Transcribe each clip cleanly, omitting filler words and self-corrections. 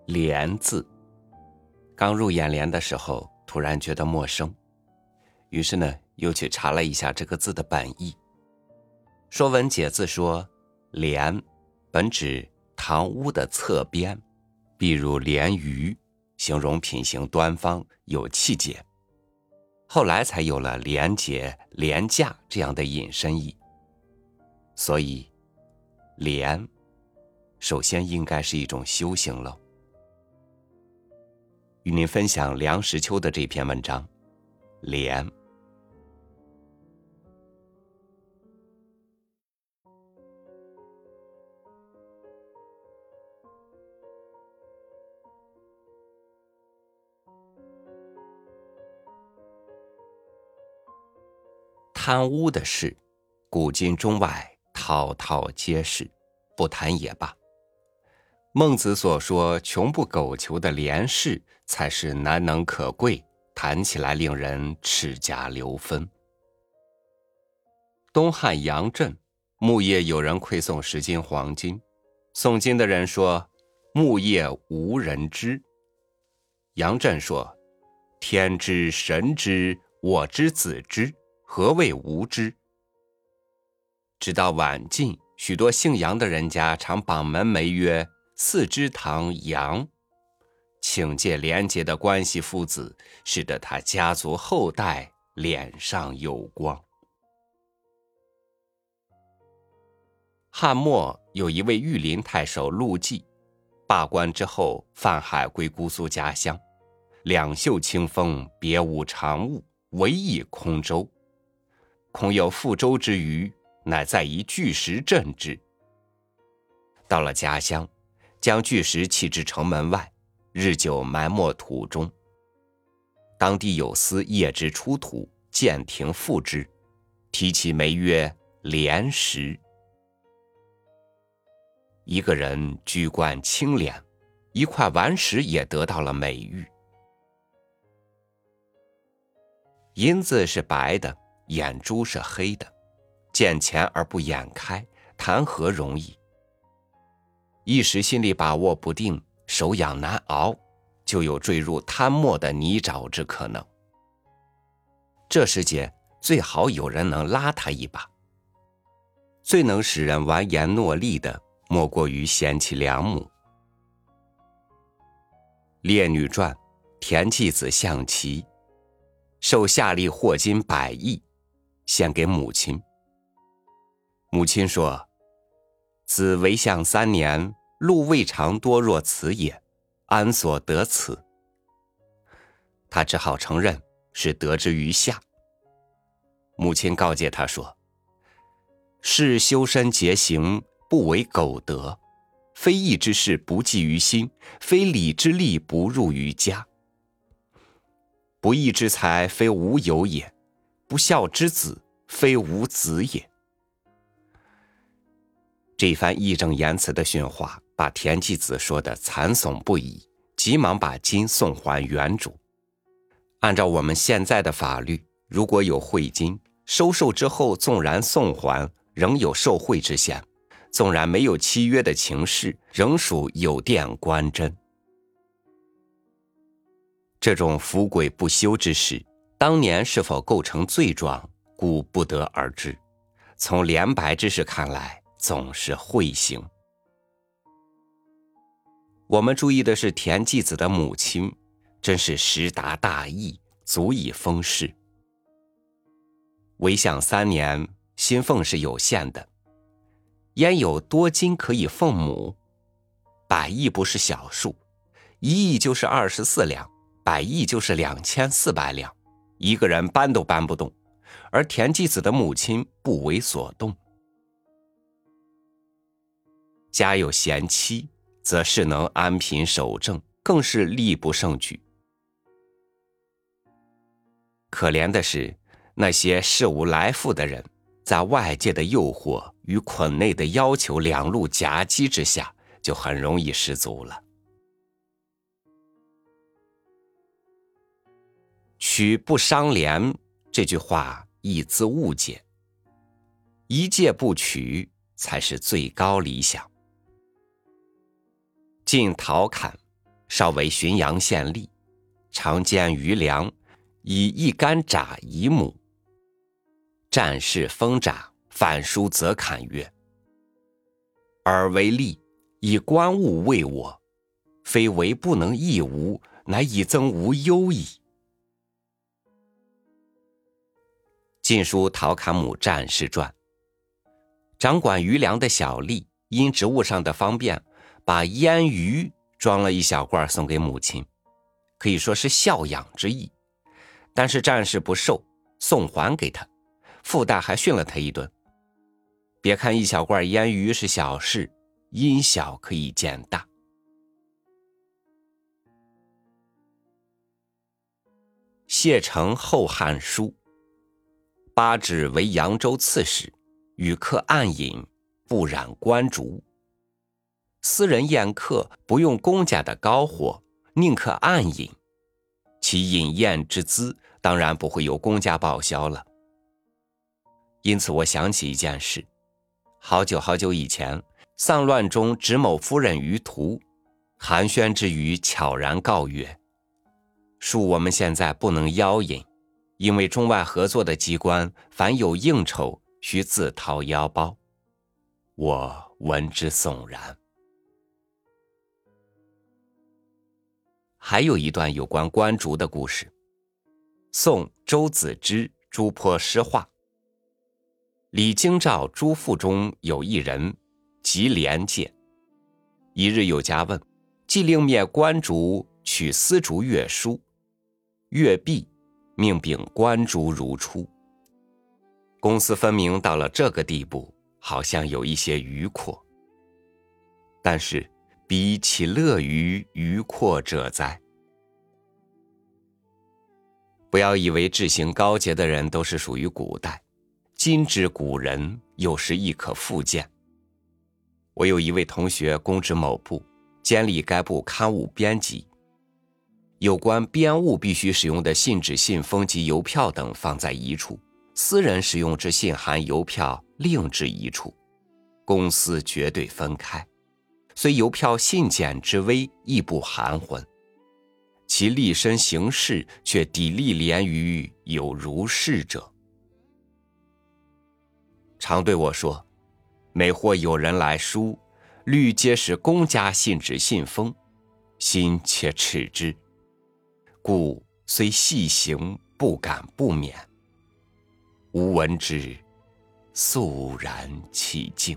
廉字，刚入眼帘的时候突然觉得陌生，于是呢又去查了一下这个字的本意。说文解字说，廉本指堂屋的侧边，比如廉鱼，形容品行端方有气节。后来才有了廉洁廉价这样的引申义。所以廉首先应该是一种修行了。与您分享梁实秋的这篇文章，廉。贪污的事，古今中外套套皆是，不谈也罢。孟子所说穷不苟求的廉士，才是难能可贵，谈起来令人齿颊留分。东汉杨震，牧业有人馈送10斤黄金，送金的人说，牧业无人知。杨震说，天知神知，我知子知，何谓无知？直到晚晋，许多姓杨的人家常绑门楣曰四之堂杨，请借廉洁的关系父子，使得他家族后代脸上有光。汉末有一位御林太守陆绩，罢官之后泛海归姑苏家乡，两袖清风，别无长物，唯一空舟。空有覆舟之虞，乃在一巨石镇之。到了家乡，将巨石弃至城门外，日久埋没土中。当地有司夜之出土，见庭复之，题其眉曰廉石。一个人居冠清廉，一块顽石也得到了美誉。银子是白的，眼珠是黑的，见钱而不眼开，谈何容易？一时心里把握不定，手痒难熬，就有坠入贪墨的泥沼之可能。这时节最好有人能拉他一把。最能使人完颜诺力的，莫过于贤妻良母。列女传，田季子象棋，受夏历获金100亿，献给母亲。母亲说，子为相3年，禄未尝多若此也，安所得此？他只好承认是得之于夏。母亲告诫他说，是修身节行，不为苟得，非义之事不记于心，非礼之利不入于家。不义之财非无有也，不孝之子非无子也。这番义正言辞的训话，把田季子说得惨悚不已，急忙把金送还原主。按照我们现在的法律，如果有贿金，收受之后纵然送还，仍有受贿之嫌，纵然没有契约的情事，仍属有殿官真。这种伏鬼不休之事，当年是否构成罪状，故不得而知。从廉白之事看来，总是贿行。我们注意的是田季子的母亲，真是识达大义，足以封事。为相3年，薪俸是有限的，焉有多金可以奉母？100亿不是小数，1亿就是24两，100亿就是2400两，一个人搬都搬不动，而田季子的母亲不为所动。家有贤妻，则是能安贫守正，更是力不胜举。可怜的是，那些事无来复的人，在外界的诱惑与捆内的要求两路夹击之下，就很容易失足了。取不伤廉这句话亦自误解，一介不取才是最高理想。晋陶侃少为浔阳县吏，常见余粮，以一竿铡以母。战事封铡，反书则侃曰：尔为吏，以官物为我，非为不能益吾，乃以增吾忧矣。晋书陶侃母战士传，掌管余粮的小吏因职务上的方便，把腌鱼装了一小罐送给母亲，可以说是孝养之意。但是战士不受，送还给他，附带还训了他一顿。别看一小罐腌鱼是小事，因小可以见大。谢承《后汉书》，八指为扬州刺史，与客暗饮，不染官烛。私人宴客不用公家的高火，宁可暗饮，其饮宴之资当然不会由公家报销了。因此我想起一件事，好久好久以前，丧乱中执某夫人于途，寒暄之余悄然告曰：恕我们现在不能邀饮，因为中外合作的机关凡有应酬需自掏腰包。我闻之悚然。还有一段有关官烛的故事。宋周子之诸颇诗话，李京照诸父中有一人，即廉介。一日有家问，即令灭官烛，取丝竹乐书。乐毕，命秉官烛如初。公私分明到了这个地步，好像有一些余阔。但是彼岂乐于余阔者哉？不要以为志行高洁的人都是属于古代，今之古人有时亦可复见。我有一位同学供职某部，监理该部刊物编辑，有关编务必须使用的信纸、信封及邮票等放在一处，私人使用之信函、邮票另置一处，公私绝对分开。虽邮票信简之微，亦不含混，其立身行事却砥砺廉于有如是者。常对我说，每或有人来书，虑皆是公家信纸信封，心且耻之，故虽细行，不敢不免。吾闻之，肃然起敬。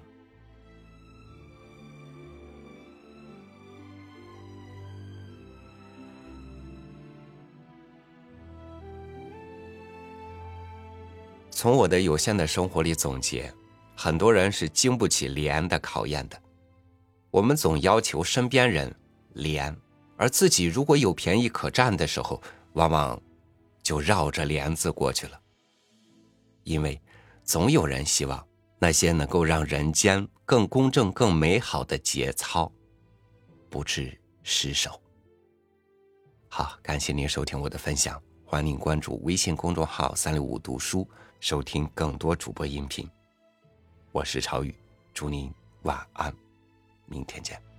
从我的有限的生活里总结，很多人是经不起廉的考验的。我们总要求身边人廉，而自己如果有便宜可占的时候，往往就绕着廉字过去了。因为总有人希望那些能够让人间更公正、更美好的节操不致失守。好，感谢您收听我的分享，欢迎您关注微信公众号365读书，收听更多主播音频。我是朝宇，祝您晚安，明天见。